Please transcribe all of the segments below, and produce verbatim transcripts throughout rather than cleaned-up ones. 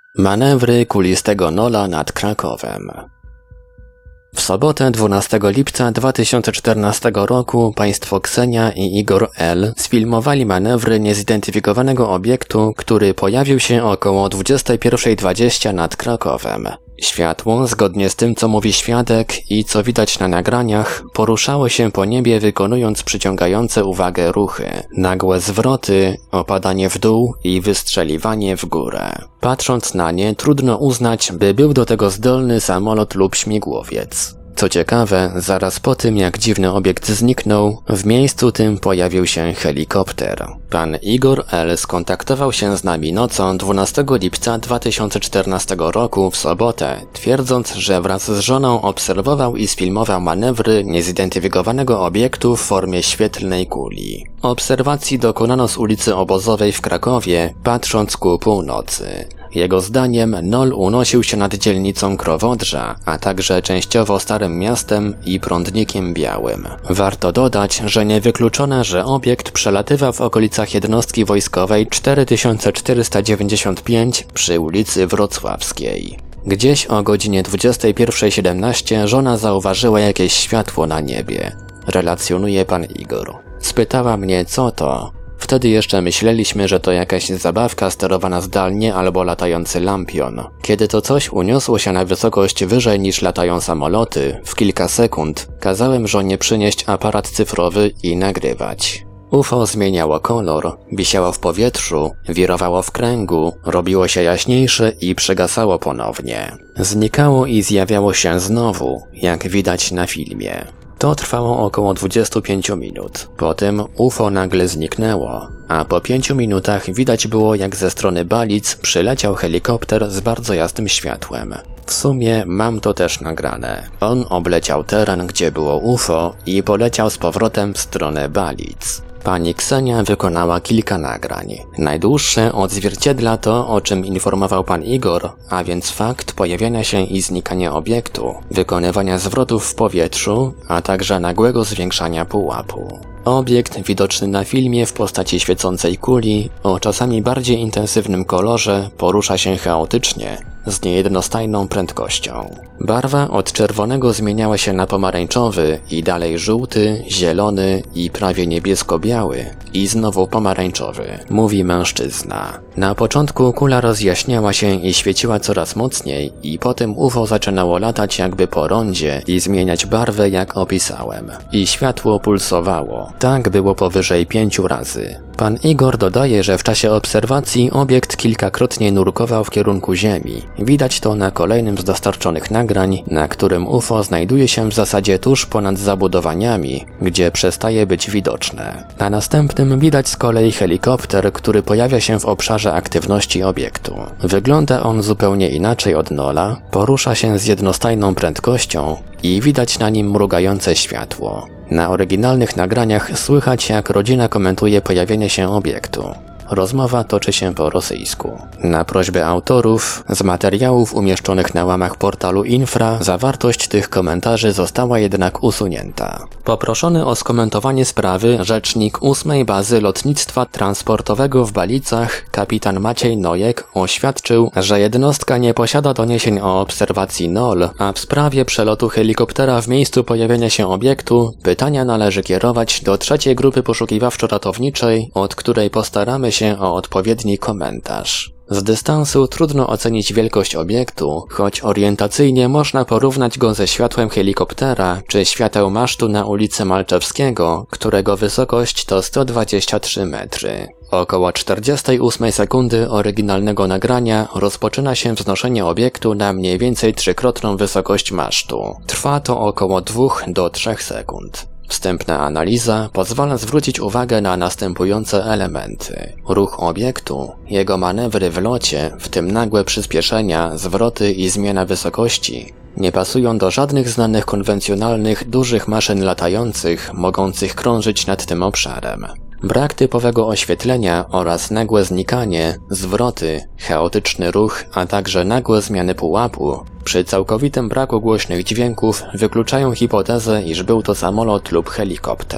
Manewry kulistego Nola nad Krakowem. W sobotę dwunastego lipca dwa tysiące czternastego roku państwo Ksenia i Igor L. sfilmowali manewry niezidentyfikowanego obiektu, który pojawił się około dwudziestej pierwszej dwadzieścia nad Krakowem. Światło, zgodnie z tym co mówi świadek i co widać na nagraniach, poruszało się po niebie wykonując przyciągające uwagę ruchy, nagłe zwroty, opadanie w dół i wystrzeliwanie w górę. Patrząc na nie, trudno uznać, by był do tego zdolny samolot lub śmigłowiec. Co ciekawe, zaraz po tym jak dziwny obiekt zniknął, w miejscu tym pojawił się helikopter. Pan Igor L. skontaktował się z nami nocą dwunastego lipca dwa tysiące czternastego roku w sobotę, twierdząc, że wraz z żoną obserwował i sfilmował manewry niezidentyfikowanego obiektu w formie świetlnej kuli. Obserwacji dokonano z ulicy Obozowej w Krakowie, patrząc ku północy. Jego zdaniem Nol unosił się nad dzielnicą Krowodrza, a także częściowo Starym Miastem i Prądnikiem Białym. Warto dodać, że niewykluczone, że obiekt przelatywał w okolicach jednostki wojskowej cztery tysiące czterysta dziewięćdziesiąt pięć przy ulicy Wrocławskiej. Gdzieś o godzinie dwudziestej pierwszej siedemnaście żona zauważyła jakieś światło na niebie, relacjonuje pan Igor. Spytała mnie, co to. Wtedy jeszcze myśleliśmy, że to jakaś zabawka sterowana zdalnie albo latający lampion. Kiedy to coś uniosło się na wysokość wyżej niż latają samoloty, w kilka sekund kazałem żonie przynieść aparat cyfrowy i nagrywać. U F O zmieniało kolor, wisiało w powietrzu, wirowało w kręgu, robiło się jaśniejsze i przygasało ponownie. Znikało i zjawiało się znowu, jak widać na filmie. To trwało około dwadzieścia pięć minut. Potem U F O nagle zniknęło, a po pięciu minutach widać było, jak ze strony Balic przyleciał helikopter z bardzo jasnym światłem. W sumie mam to też nagrane. On obleciał teren, gdzie było U F O i poleciał z powrotem w stronę Balic. Pani Ksenia wykonała kilka nagrań. Najdłuższe odzwierciedla to, o czym informował pan Igor, a więc fakt pojawiania się i znikania obiektu, wykonywania zwrotów w powietrzu, a także nagłego zwiększania pułapu. Obiekt widoczny na filmie w postaci świecącej kuli o czasami bardziej intensywnym kolorze porusza się chaotycznie, z niejednostajną prędkością. Barwa od czerwonego zmieniała się na pomarańczowy i dalej żółty, zielony i prawie niebiesko-biały i znowu pomarańczowy, mówi mężczyzna. Na początku kula rozjaśniała się i świeciła coraz mocniej i potem U F O zaczynało latać jakby po rondzie i zmieniać barwę jak opisałem. I światło pulsowało. Tak było powyżej pięciu razy. Pan Igor dodaje, że w czasie obserwacji obiekt kilkakrotnie nurkował w kierunku Ziemi. Widać to na kolejnym z dostarczonych nagrań, na którym U F O znajduje się w zasadzie tuż ponad zabudowaniami, gdzie przestaje być widoczne. Na następnym widać z kolei helikopter, który pojawia się w obszarze aktywności obiektu. Wygląda on zupełnie inaczej od Nola, porusza się z jednostajną prędkością i widać na nim mrugające światło. Na oryginalnych nagraniach słychać, jak rodzina komentuje pojawienie się obiektu. Rozmowa toczy się po rosyjsku. Na prośbę autorów, z materiałów umieszczonych na łamach portalu Infra, zawartość tych komentarzy została jednak usunięta. Poproszony o skomentowanie sprawy rzecznik ósmej Bazy Lotnictwa Transportowego w Balicach, kapitan Maciej Nojek, oświadczył, że jednostka nie posiada doniesień o obserwacji Nol, a w sprawie przelotu helikoptera w miejscu pojawienia się obiektu pytania należy kierować do trzeciej grupy poszukiwawczo-ratowniczej, od której postaramy się się o odpowiedni komentarz. Z dystansu trudno ocenić wielkość obiektu, choć orientacyjnie można porównać go ze światłem helikoptera czy świateł masztu na ulicy Malczewskiego, którego wysokość to sto dwadzieścia trzy metry. Około czterdziestej ósmej sekundy oryginalnego nagrania rozpoczyna się wznoszenie obiektu na mniej więcej trzykrotną wysokość masztu. Trwa to około dwóch do trzech sekund. Wstępna analiza pozwala zwrócić uwagę na następujące elementy. Ruch obiektu, jego manewry w locie, w tym nagłe przyspieszenia, zwroty i zmiana wysokości, nie pasują do żadnych znanych konwencjonalnych, dużych maszyn latających, mogących krążyć nad tym obszarem. Brak typowego oświetlenia oraz nagłe znikanie, zwroty, chaotyczny ruch, a także nagłe zmiany pułapu, przy całkowitym braku głośnych dźwięków wykluczają hipotezę, iż był to samolot lub helikopter.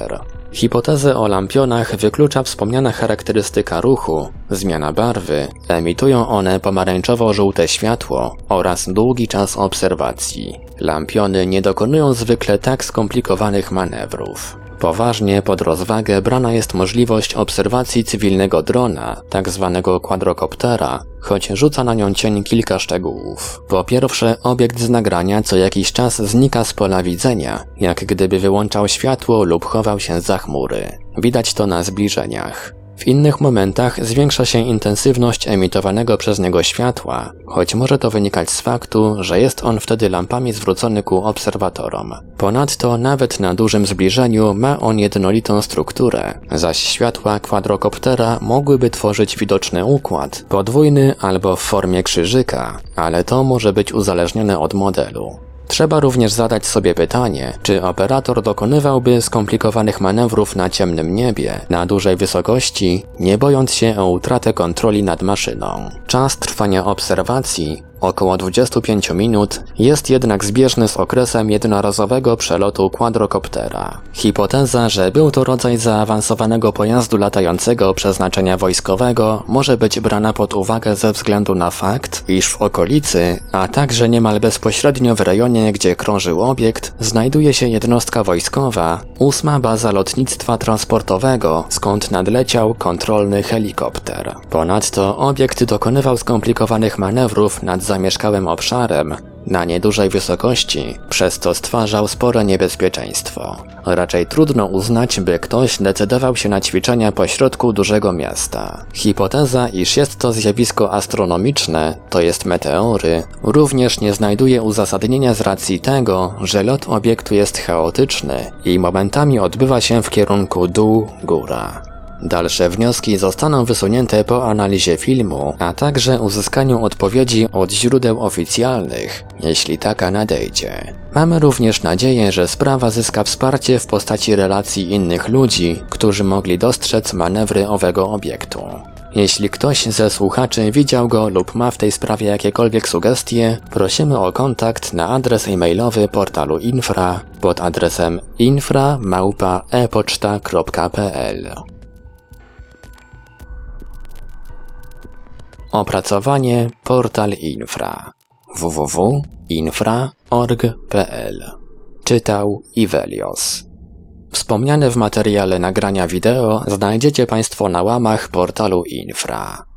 Hipotezę o lampionach wyklucza wspomniana charakterystyka ruchu, zmiana barwy, emitują one pomarańczowo-żółte światło oraz długi czas obserwacji. Lampiony nie dokonują zwykle tak skomplikowanych manewrów. Poważnie pod rozwagę brana jest możliwość obserwacji cywilnego drona, tak zwanego quadrocoptera, choć rzuca na nią cień kilka szczegółów. Po pierwsze, obiekt z nagrania co jakiś czas znika z pola widzenia, jak gdyby wyłączał światło lub chował się za chmury. Widać to na zbliżeniach. W innych momentach zwiększa się intensywność emitowanego przez niego światła, choć może to wynikać z faktu, że jest on wtedy lampami zwrócony ku obserwatorom. Ponadto nawet na dużym zbliżeniu ma on jednolitą strukturę, zaś światła quadrocoptera mogłyby tworzyć widoczny układ, podwójny albo w formie krzyżyka, ale to może być uzależnione od modelu. Trzeba również zadać sobie pytanie, czy operator dokonywałby skomplikowanych manewrów na ciemnym niebie, na dużej wysokości, nie bojąc się o utratę kontroli nad maszyną. Czas trwania obserwacji, około dwadzieścia pięć minut, jest jednak zbieżny z okresem jednorazowego przelotu quadrocoptera. Hipoteza, że był to rodzaj zaawansowanego pojazdu latającego przeznaczenia wojskowego, może być brana pod uwagę ze względu na fakt, iż w okolicy, a także niemal bezpośrednio w rejonie, gdzie krążył obiekt, znajduje się jednostka wojskowa, ósma Baza Lotnictwa Transportowego, skąd nadleciał kontrolny helikopter. Ponadto obiekt dokonywał skomplikowanych manewrów nad zamieszkałym obszarem, na niedużej wysokości, przez co stwarzał spore niebezpieczeństwo. Raczej trudno uznać, by ktoś decydował się na ćwiczenia pośrodku dużego miasta. Hipoteza, iż jest to zjawisko astronomiczne, to jest meteory, również nie znajduje uzasadnienia z racji tego, że lot obiektu jest chaotyczny i momentami odbywa się w kierunku dół-góra. Dalsze wnioski zostaną wysunięte po analizie filmu, a także uzyskaniu odpowiedzi od źródeł oficjalnych, jeśli taka nadejdzie. Mamy również nadzieję, że sprawa zyska wsparcie w postaci relacji innych ludzi, którzy mogli dostrzec manewry owego obiektu. Jeśli ktoś ze słuchaczy widział go lub ma w tej sprawie jakiekolwiek sugestie, prosimy o kontakt na adres e-mailowy portalu Infra pod adresem infra małpa e poczta kropka p l. Opracowanie Portal Infra w w w kropka infra kropka org kropka p l. Czytał Ivelios. Wspomniane w materiale nagrania wideo znajdziecie Państwo na łamach portalu Infra.